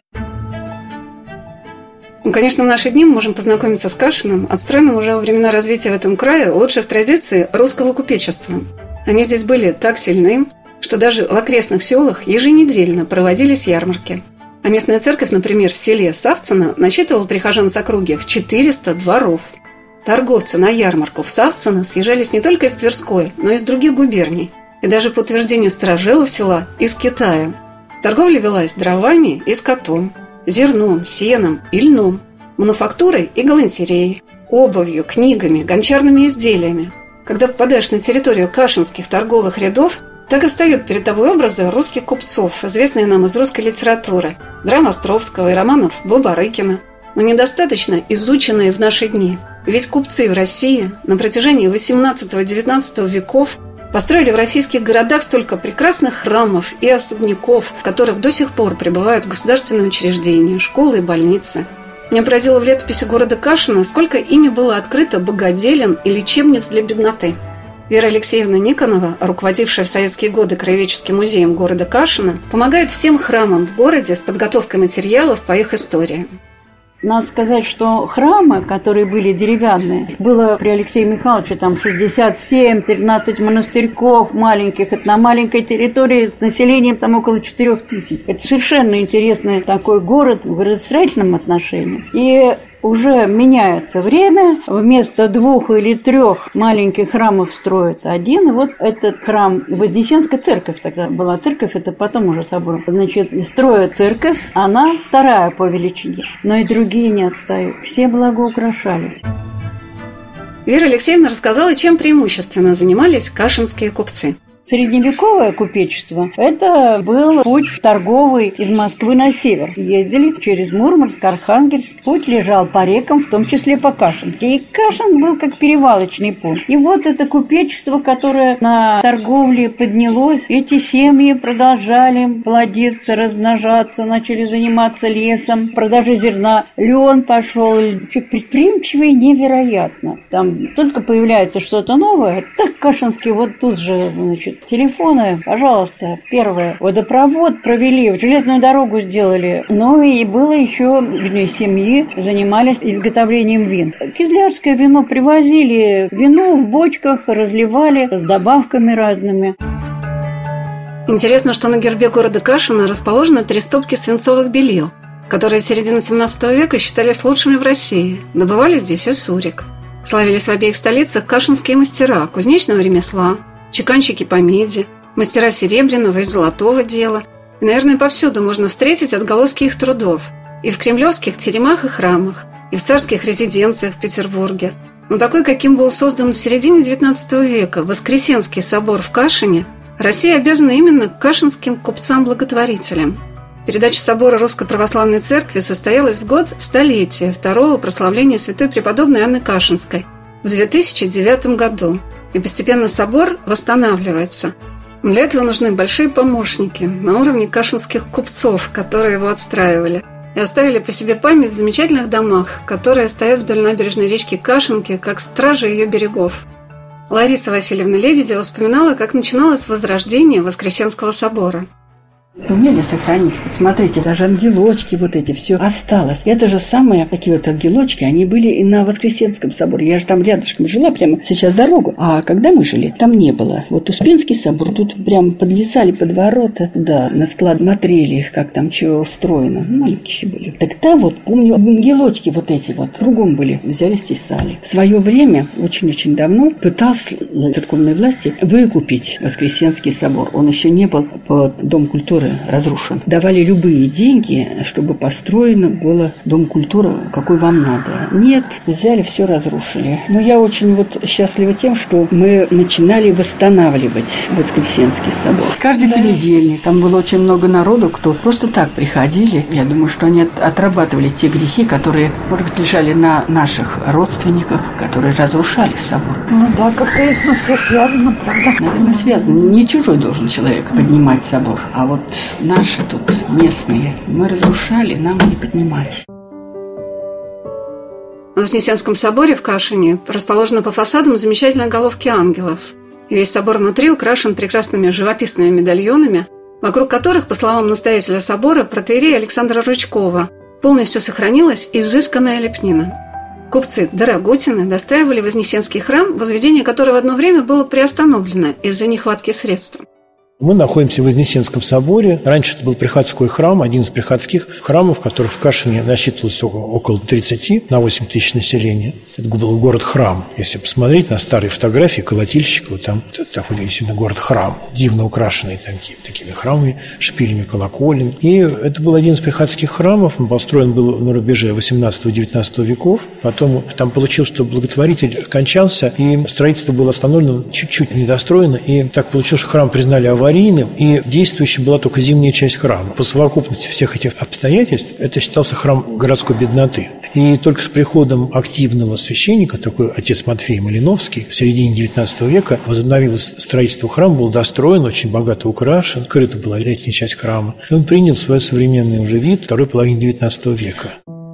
B: Ну, конечно, в наши дни мы можем познакомиться с Кашином, отстроенным уже во времена развития в этом крае лучших традиций русского купечества. Они здесь были так сильны, что даже в окрестных селах еженедельно проводились ярмарки. А местная церковь, например, в селе Савцино насчитывала прихожан с округи в четыреста дворов. Торговцы на ярмарку в Савцино съезжались не только из Тверской, но и из других губерний, и даже по утверждению старожилов села из Китая. Торговля велась дровами и скотом, зерном, сеном и льном, мануфактурой и галантереей, обувью, книгами, гончарными изделиями. Когда попадаешь на территорию кашинских торговых рядов, Так и встают перед тобой образы русских купцов, известные нам из русской литературы, драм Островского и романов Боба Рыкина, но недостаточно изученные в наши дни. Ведь купцы в России на протяжении восемнадцатого-девятнадцатого веков построили в российских городах столько прекрасных храмов и особняков, в которых до сих пор пребывают государственные учреждения, школы и больницы. Меня поразило в летописи города Кашина, сколько ими было открыто богоделен и лечебниц для бедноты. Вера Алексеевна Никонова, руководившая в советские годы краеведческим музеем города Кашина, помогает всем храмам в городе с подготовкой материалов по их истории.
E: Надо сказать, что храмы, которые были деревянные, было при Алексее Михайловиче там шестьдесят семь, тринадцать монастырьков маленьких. Это на маленькой территории с населением там около четырех тысяч. Это совершенно интересный такой город в градостроительном отношении. И уже меняется время, вместо двух или трех маленьких храмов строят один. И вот этот храм, Вознесенская церковь тогда была, церковь, это потом уже собор. Значит, строят церковь, она вторая по величине, но и другие не отстают. Все благоукрашались.
B: Вера Алексеевна рассказала, чем преимущественно занимались кашинские купцы.
E: Средневековое купечество – это был путь торговый из Москвы на север. Ездили через Мурманск, Архангельск. Путь лежал по рекам, в том числе по Кашинке. И Кашин был как перевалочный пункт. И вот это купечество, которое на торговле поднялось, эти семьи продолжали плодиться, размножаться, начали заниматься лесом, продажей зерна. Лен пошел, предприимчивый невероятно. Там только появляется что-то новое. Так Кашинский вот тут же, значит, телефоны, пожалуйста, первое. Водопровод провели, железную дорогу сделали. Ну и было еще, вернее, семьи занимались изготовлением вин. Кизлярское вино привозили, вино в бочках разливали с добавками разными.
B: Интересно, что на гербе города Кашина расположены три стопки свинцовых белил, которые с середины семнадцатого века считались лучшими в России. Добывали здесь и сурик. Славились в обеих столицах кашинские мастера кузнечного ремесла, чеканщики по меди, мастера серебряного и золотого дела. И, наверное, повсюду можно встретить отголоски их трудов. И в кремлевских теремах и храмах, и в царских резиденциях в Петербурге. Но такой, каким был создан в середине девятнадцатого века Воскресенский собор в Кашине, Россия обязана именно кашинским купцам-благотворителям. Передача собора Русской Православной Церкви состоялась в год столетия второго прославления святой преподобной Анны Кашинской в две тысячи девятом году. И постепенно собор восстанавливается. Для этого нужны большие помощники на уровне кашинских купцов, которые его отстраивали, и оставили по себе память в замечательных домах, которые стоят вдоль набережной речки Кашинки, как стражи ее берегов. Лариса Васильевна Лебедева вспоминала, как начиналось возрождение Воскресенского собора.
E: Умели сохранить. Смотрите, даже ангелочки вот эти, все осталось. Это же самые такие вот ангелочки, они были и на Воскресенском соборе. Я же там рядышком жила, прямо сейчас дорогу. А когда мы жили, там не было. Вот Успенский собор, тут прямо подлезали под ворота, да, на склад смотрели их, как там чего устроено. Маленькие были. Так там вот, помню, ангелочки вот эти вот кругом были, взяли, стесали. В свое время, очень-очень давно, пытался церковные власти выкупить Воскресенский собор. Он еще не был под Дом культуры разрушен. Давали любые деньги, чтобы построено было Дом культуры, какой вам надо. Нет, взяли, все разрушили. Но я очень вот счастлива тем, что мы начинали восстанавливать Воскресенский собор. Каждый понедельник там было очень много народу, кто просто так приходили. Я думаю, что они отрабатывали те грехи, которые, может быть, лежали на наших родственниках, которые разрушали собор.
C: Ну да, как-то есть, мы все связаны, правда?
E: Наверное, связаны. Не чужой должен человек поднимать собор, а вот наши тут местные. Мы разрушали, нам не поднимать.
B: В Вознесенском соборе в Кашине расположены по фасадам замечательные головки ангелов. И весь собор внутри украшен прекрасными живописными медальонами, вокруг которых, по словам настоятеля собора, протоиерея Александра Рычкова, полностью сохранилась изысканная лепнина. Купцы Дороготины достраивали Вознесенский храм, возведение которого одно время было приостановлено из-за нехватки средств.
F: Мы находимся в Вознесенском соборе. Раньше это был приходской храм, один из приходских храмов, который в Кашине насчитывалось около тридцати на восемь тысяч населения. Это был город-храм. Если посмотреть на старые фотографии Колотильщикова, там такой действительно город-храм, дивно украшенный такими, такими храмами, шпилями, колоколями. И это был один из приходских храмов. Он построен был на рубеже восемнадцатого-девятнадцатого веков. Потом там получилось, что благотворитель скончался, и строительство было остановлено, чуть-чуть недостроено. И так получилось, что храм признали аварийным, и действующей была только зимняя часть храма. По совокупности всех этих обстоятельств это считался храм городской бедноты. И только с приходом активного священника, такой отец Матфей Малиновский, в середине девятнадцатого века возобновилось строительство храма, был достроен, очень богато украшен, скрыта была летняя часть храма. И он принял свой современный уже вид второй половины девятнадцатого века.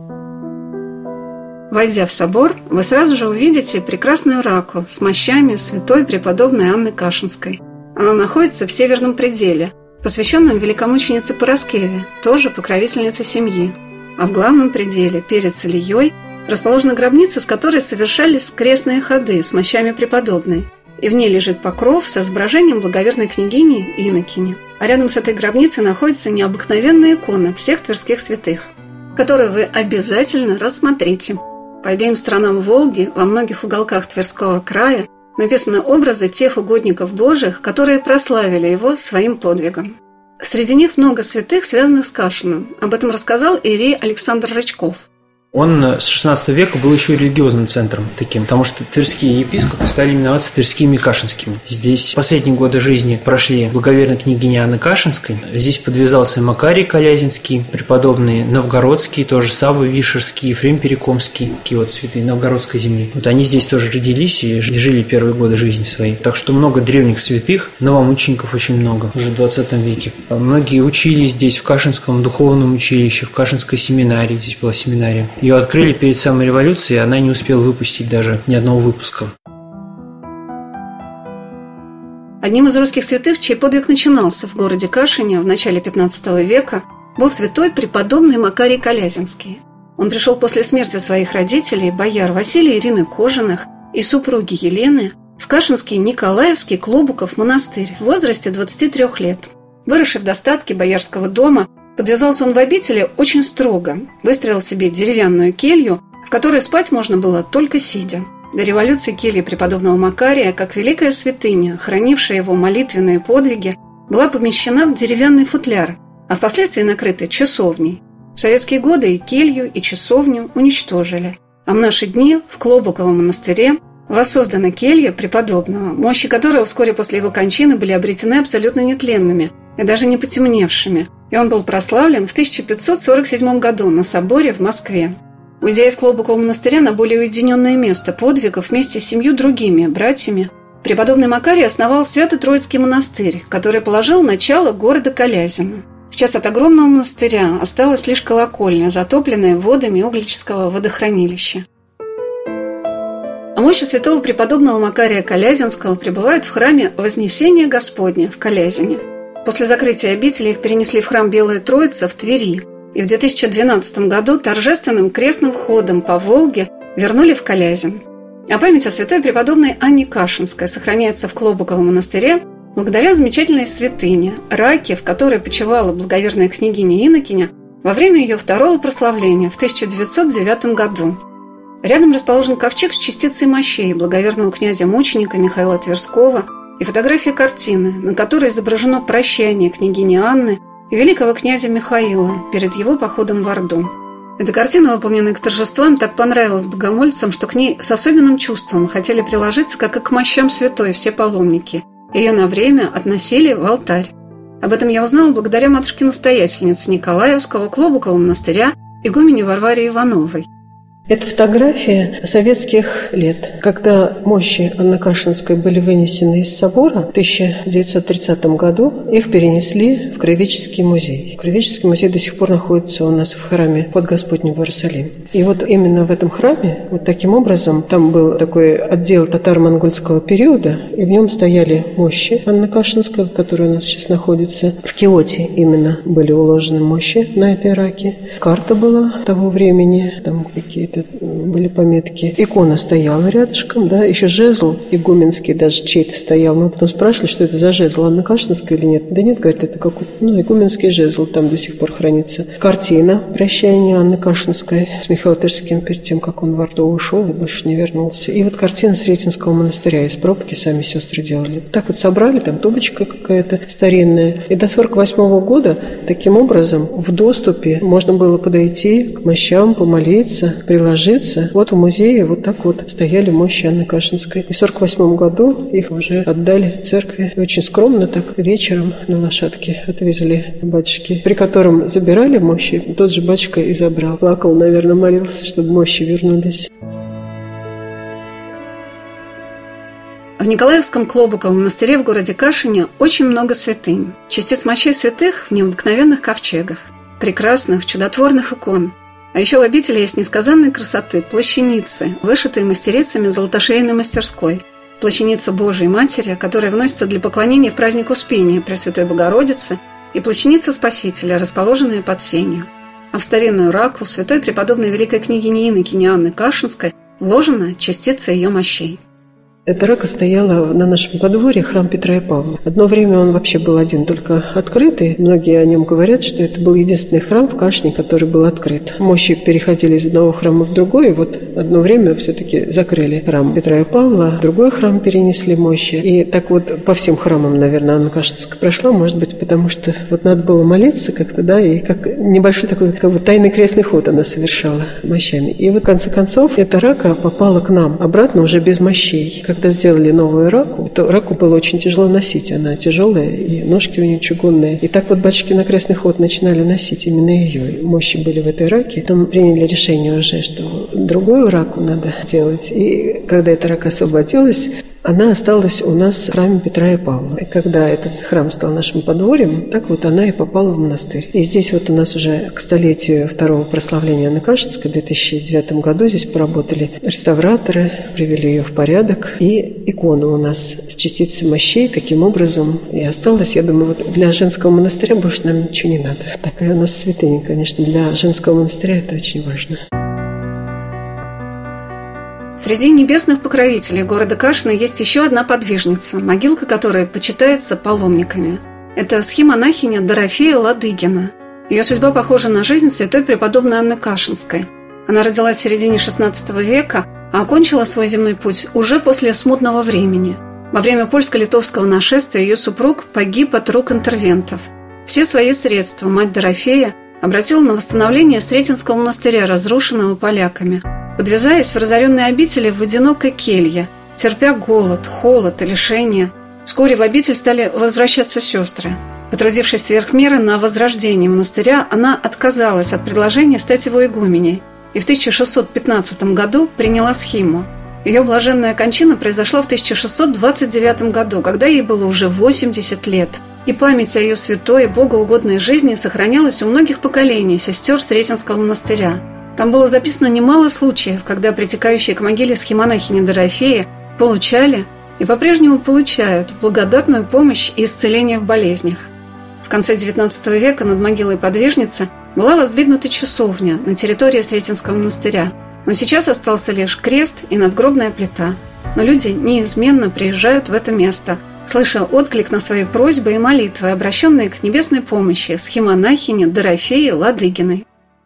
B: Войдя в собор, вы сразу же увидите прекрасную раку с мощами святой преподобной Анны Кашинской. Она находится в северном пределе, посвященном великомученице Параскеве, тоже покровительнице семьи. А в главном пределе, перед Ильей, расположена гробница, с которой совершались крестные ходы с мощами преподобной. И в ней лежит покров с изображением благоверной княгини Иннокени. А рядом с этой гробницей находится необыкновенная икона всех тверских святых, которую вы обязательно рассмотрите. По обеим сторонам Волги, во многих уголках Тверского края, написаны образы тех угодников Божьих, которые прославили его своим подвигом. Среди них много святых, связанных с Кашиным. Об этом рассказал иерей Александр Рычков.
I: Он с шестнадцатого века был еще и религиозным центром таким, потому что тверские епископы стали именоваться тверскими и кашинскими. Здесь последние годы жизни прошли благоверная княгиня Анны Кашинской. Здесь подвязался Макарий Колязинский, преподобные Новгородский, тоже Савва Вишерский, Ефрем Перекомский, такие вот святые Новгородской земли. Вот они здесь тоже родились и жили первые годы жизни своей. Так что много древних святых, новомучеников очень много уже в двадцатом веке. Многие учились здесь в Кашинском духовном училище, в Кашинской семинарии, здесь была семинария. Ее открыли перед самой революцией, и она не успела выпустить даже ни одного выпуска.
B: Одним из русских святых, чей подвиг начинался в городе Кашине в начале пятнадцатого века, был святой преподобный Макарий Колязинский. Он пришел после смерти своих родителей, бояр Василия и Ирины Кожаных и супруги Елены, в Кашинский Николаевский Клобуков монастырь в возрасте двадцати трёх лет. Выросший в достатке боярского дома, подвязался он в обители очень строго, выстроил себе деревянную келью, в которой спать можно было только сидя. До революции келья преподобного Макария, как великая святыня, хранившая его молитвенные подвиги, была помещена в деревянный футляр, а впоследствии накрыта часовней. В советские годы и келью, и часовню уничтожили. А в наши дни в Клобуковом монастыре воссоздана келья преподобного, мощи которого вскоре после его кончины были обретены абсолютно нетленными и даже не потемневшими, и он был прославлен в тысяча пятьсот сорок седьмом году на соборе в Москве. Уйдя из Клобукового монастыря на более уединенное место подвигов вместе с семью другими братьями, преподобный Макарий основал Свято-Троицкий монастырь, который положил начало города Колязина. Сейчас от огромного монастыря осталась лишь колокольня, затопленная водами Угличского водохранилища. А мощи святого преподобного Макария Колязинского пребывают в храме Вознесения Господня в Колязине. После закрытия обители их перенесли в храм Белая Троица в Твери, и в две тысячи двенадцатом году торжественным крестным ходом по Волге вернули в Колязин. А память о святой преподобной Анне Кашинской сохраняется в Клобуковом монастыре благодаря замечательной святыне, раке, в которой почивала благоверная княгиня Иннокеня во время ее второго прославления в тысяча девятьсот девятом году. Рядом расположен ковчег с частицей мощей благоверного князя-мученика Михаила Тверского и фотография картины, на которой изображено прощание княгини Анны и великого князя Михаила перед его походом в Орду. Эта картина, выполненная к торжествам, так понравилась богомольцам, что к ней с особенным чувством хотели приложиться, как и к мощам святой, все паломники. Ее на время относили в алтарь. Об этом я узнала благодаря матушке-настоятельнице Николаевского Клобукового монастыря игумене Варваре Ивановой.
J: Это фотография советских лет, когда мощи Анны Кашинской были вынесены из собора в тысяча девятьсот тридцатом году. Их перенесли в Краеведческий музей. Краеведческий музей до сих пор находится у нас в храме под Господним в Иерусалиме. И вот именно в этом храме, вот таким образом, там был такой отдел татаро-монгольского периода, и в нем стояли мощи Анны Кашинской, которая у нас сейчас находится. В Киоте именно были уложены мощи на этой раке. Карта была того времени, там какие-то какие-то были пометки. Икона стояла рядышком, да, еще жезл игуменский даже чей-то стоял. Мы потом спрашивали, что это за жезл, Анна Кашинская или нет. Да нет, говорит, это какой-то, ну, игуменский жезл там до сих пор хранится. Картина «Прощание Анны Кашинской» с Михаилом Тверским перед тем, как он в Орду ушел и больше не вернулся. И вот картина Сретенского монастыря из пробки сами сестры делали. Вот так вот собрали, там тубочка какая-то старинная. И до сорок восьмого года таким образом в доступе можно было подойти к мощам, помолиться, приложиться. Вот в музее вот так вот стояли мощи Анны Кашинской. И в сорок восьмом году их уже отдали церкви. И очень скромно так вечером на лошадке отвезли батюшки, при котором забирали мощи. Тот же батюшка и забрал. Плакал, наверное, молился, чтобы мощи вернулись.
B: В Николаевском Клобуковом монастыре в городе Кашине очень много святынь. Частиц мощей святых в необыкновенных ковчегах, прекрасных, чудотворных икон. А еще в обители есть несказанной красоты плащаницы, вышитые мастерицами золотошвейной мастерской. Плащаница Божией Матери, которая вносится для поклонения в праздник Успения Пресвятой Богородицы, и плащаница Спасителя, расположенная под сенью. А в старинную раку святой преподобной великой княгини Инокини Анны Кашинской вложена частица ее мощей.
J: Эта рака стояла на нашем подворье, храм Петра и Павла. Одно время он вообще был один, только открытый. Многие о нем говорят, что это был единственный храм в Кашине, который был открыт. Мощи переходили из одного храма в другой, и вот одно время все-таки закрыли храм Петра и Павла, в другой храм перенесли мощи. И так вот по всем храмам, наверное, Анна Кашинская прошла, может быть, потому что вот надо было молиться как-то, да, и как небольшой такой как бы тайный крестный ход она совершала мощами. И вот в конце концов эта рака попала к нам обратно уже без мощей. Когда сделали новую раку, то раку было очень тяжело носить. Она тяжелая, и ножки у нее чугунные. И так вот батюшки на крестный ход начинали носить именно ее. Мощи были в этой раке. Потом приняли решение уже, что другую раку надо делать. И когда эта рака освободилась, она осталась у нас в храме Петра и Павла. И когда этот храм стал нашим подворьем, так вот она и попала в монастырь. И здесь вот у нас уже к столетию второго прославления Анны Кашинской в две тысячи девятом году здесь поработали реставраторы, привели ее в порядок. И икона у нас с частицей мощей таким образом и осталась. Я думаю, вот для женского монастыря больше нам ничего не надо. Такая у нас святыня, конечно, для женского монастыря это очень важно.
B: Среди небесных покровителей города Кашина есть еще одна подвижница, могилка которой почитается паломниками. Это схимонахиня Дорофея Ладыгина. Ее судьба похожа на жизнь святой преподобной Анны Кашинской. Она родилась в середине шестнадцатого века, а окончила свой земной путь уже после смутного времени. Во время польско-литовского нашествия ее супруг погиб от рук интервентов. Все свои средства мать Дорофея обратила на восстановление Сретенского монастыря, разрушенного поляками, подвязаясь в разоренной обители в одинокой келье, терпя голод, холод и лишения. Вскоре в обитель стали возвращаться сестры. Потрудившись сверх меры на возрождение монастыря, она отказалась от предложения стать его игуменей и в тысяча шестьсот пятнадцатом году приняла схиму. Ее блаженная кончина произошла в тысяча шестьсот двадцать девятом году, когда ей было уже восемьдесят лет. И память о ее святой и богоугодной жизни сохранялась у многих поколений сестер Сретенского монастыря. Там было записано немало случаев, когда притекающие к могиле схимонахини Дорофея получали и по-прежнему получают благодатную помощь и исцеление в болезнях. В конце девятнадцатого века над могилой подвижницы была воздвигнута часовня на территории Сретенского монастыря, но сейчас остался лишь крест и надгробная плита. Но люди неизменно приезжают в это место, слыша отклик на свои просьбы и молитвы, обращенные к небесной помощи схимонахине Дорофеи Ладыгиной.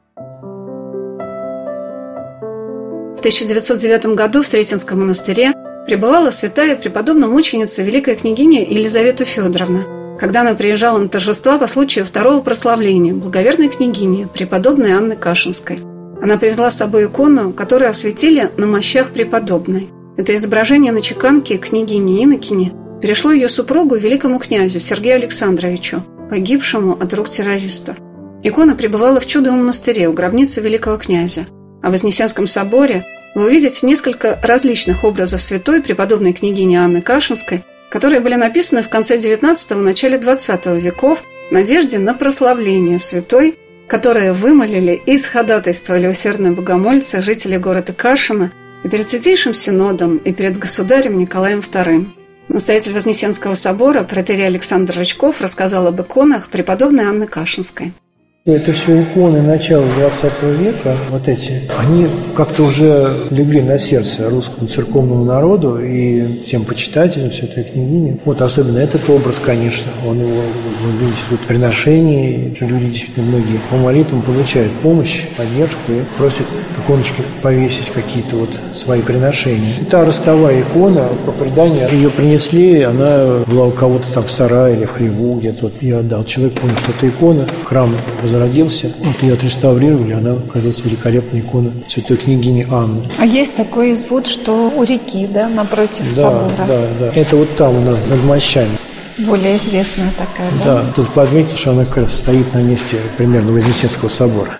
B: В тысяча девятьсот девятом году в Сретенском монастыре пребывала святая преподобная мученица великая княгиня Елизавета Федоровна, когда она приезжала на торжества по случаю второго прославления благоверной княгини преподобной Анны Кашинской. Она привезла с собой икону, которую осветили на мощах преподобной. Это изображение на чеканке княгини Инокини перешло ее супругу великому князю Сергею Александровичу, погибшему от рук террористов. Икона пребывала в Чудовом монастыре у гробницы великого князя. А в Вознесенском соборе вы увидите несколько различных образов святой преподобной княгини Анны Кашинской, которые были написаны в конце девятнадцатого – начале двадцатого веков в надежде на прославление святой, которые вымолили и исходатайствовали усердные богомольцы, жители города Кашина, и перед Святейшим Синодом, и перед государем Николаем вторым. Настоятель Вознесенского собора протоиерей Александр Рычков рассказал об иконах преподобной Анны Кашинской.
F: Это все иконы начала двадцатого века, вот эти, они как-то уже легли на сердце русскому церковному народу и всем почитателям Святой княгини. Вот особенно этот образ, конечно, он его, вы видите, тут приношение, люди действительно многие по молитвам получают помощь, поддержку и просят к иконочке повесить какие-то вот свои приношения. Это ростовая икона, по преданию, ее принесли, она была у кого-то там в сарае или в хлеву где-то, вот ее отдал. Человек понял, что это икона, храм возродился, вот ее отреставрировали, она оказалась великолепная икона Святой княгини Анны.
K: А есть такой извод, что у реки, да, напротив
F: да,
K: собора?
F: Да, да, это вот там у нас над мощами.
K: Более известная такая, да?
F: Да, тут подметьте, что она как раз стоит на месте примерно Вознесенского собора.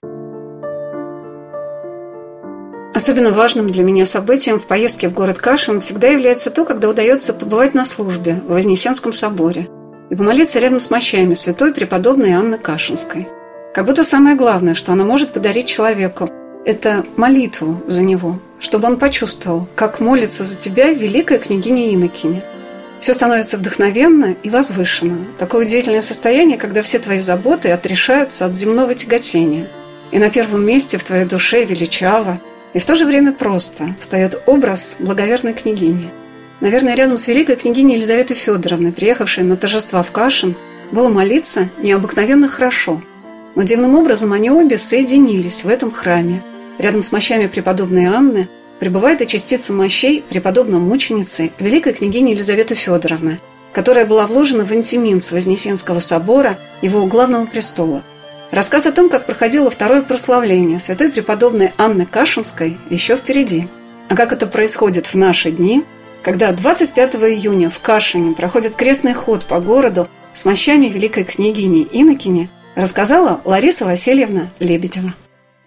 B: Особенно важным для меня событием в поездке в город Кашин всегда является то, когда удается побывать на службе в Вознесенском соборе и помолиться рядом с мощами святой преподобной Анны Кашинской. Как будто самое главное, что она может подарить человеку, это молитву за него, чтобы он почувствовал, как молится за тебя великая княгиня Иннокене. Все становится вдохновенно и возвышенно. Такое удивительное состояние, когда все твои заботы отрешаются от земного тяготения. И на первом месте в твоей душе величаво и в то же время просто встает образ благоверной княгини. Наверное, рядом с великой княгиней Елизаветой Федоровной, приехавшей на торжества в Кашин, было молиться необыкновенно хорошо. Но дивным образом они обе соединились в этом храме. Рядом с мощами преподобной Анны пребывает и частица мощей преподобной мученицы великой княгини Елизаветы Федоровны, которая была вложена в антиминс Вознесенского собора, его главного престола. Рассказ о том, как проходило второе прославление святой преподобной Анны Кашинской, еще впереди. А как это происходит в наши дни, когда двадцать пятого июня в Кашине проходит крестный ход по городу с мощами великой княгини Иннокене, рассказала Лариса Васильевна Лебедева.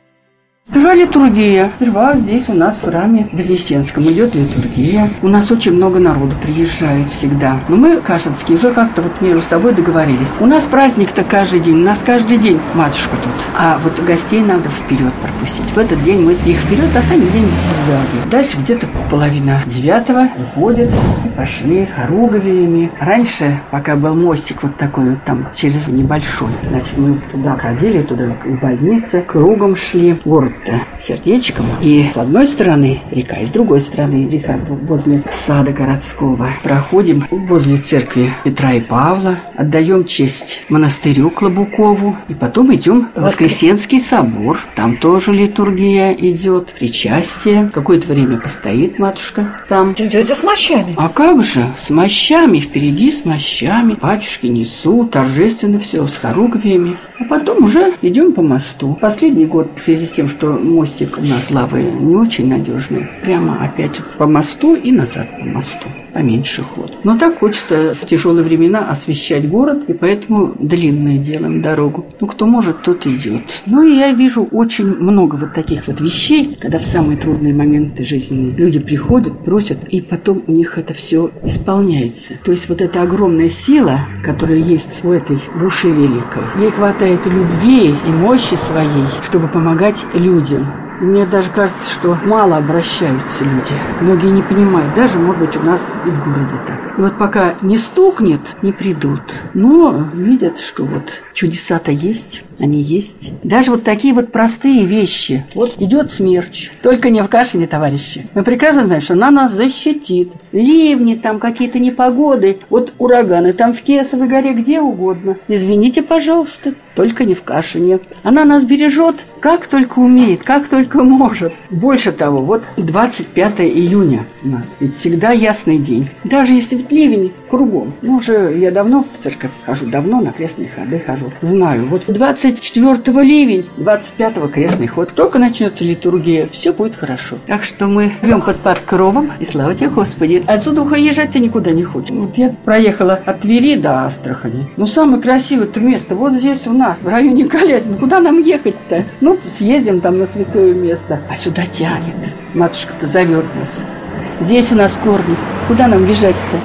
E: Сперва литургия. Сперва здесь у нас в храме Вознесенском идет литургия. У нас очень много народу приезжает всегда. Но мы, кашинские, уже как-то вот между собой договорились. У нас праздник-то каждый день, у нас каждый день матушка тут. А вот гостей надо вперед пропустить. В этот день мы их вперед, а сами день сзади. Дальше где-то половина девятого выходят и пошли с хоругвиями. Раньше, пока был мостик вот такой вот там, через небольшой, значит, мы туда ходили, туда к больнице, кругом шли. Город сердечком. И с одной стороны река, и с другой стороны река возле сада городского. Проходим возле церкви Петра и Павла, отдаем честь монастырю Клобукову, и потом идем в Воскресенский собор. Там тоже литургия идет, причастие. Какое-то время постоит матушка там.
K: Идете с мощами?
E: А как же? С мощами, впереди с мощами. Батюшки несут, торжественно все, с хоругвиями. А потом уже идем по мосту. Последний год, в связи с тем, что мостик у нас лавы не очень надежный, прямо опять по мосту и назад по мосту. Поменьше ход. Но так хочется в тяжелые времена освещать город, и поэтому длинную делаем дорогу. Ну, кто может, тот идет. Ну, и я вижу очень много вот таких вот вещей, когда в самые трудные моменты жизни люди приходят, просят, и потом у них это все исполняется. То есть вот эта огромная сила, которая есть у этой души великой, ей хватает любви и мощи своей, чтобы помогать людям. Мне даже кажется, что мало обращаются люди. Многие не понимают. Даже, может быть, у нас и в городе так. И вот пока не стукнет, не придут. Но видят, что вот чудеса-то есть, они есть. Даже вот такие вот простые вещи. Вот идет смерч. Только не в Кашине, товарищи. Мы прекрасно знаем, что она нас защитит. Ливни, там какие-то непогоды. Вот ураганы там в Кесовой горе, где угодно. Извините, пожалуйста, только не в Кашине. Она нас бережет, как только умеет, как только может. Больше того, вот двадцать пятого июня у нас. Ведь всегда ясный день. Даже если вот ливень кругом. Ну, уже я давно в церковь хожу, давно на крестные ходы хожу. Знаю, вот двадцать четвёртого ливень, двадцать пятого крестный ход. Только начнется литургия, все будет хорошо. Так что мы живем под покровом, и слава тебе, Господи. Отсюда уезжать-то никуда не хочем. Вот я проехала от Твери до Астрахани. Ну, самое красивое-то место вот здесь у нас, в районе Колязина. Куда нам ехать-то? Ну, съездим там на святое место. А сюда тянет. Матушка-то зовет нас. Здесь у нас корни. Куда нам бежать-то?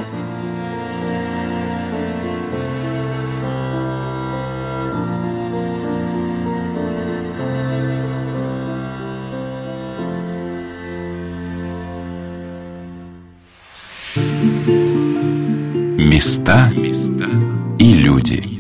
A: Места и люди.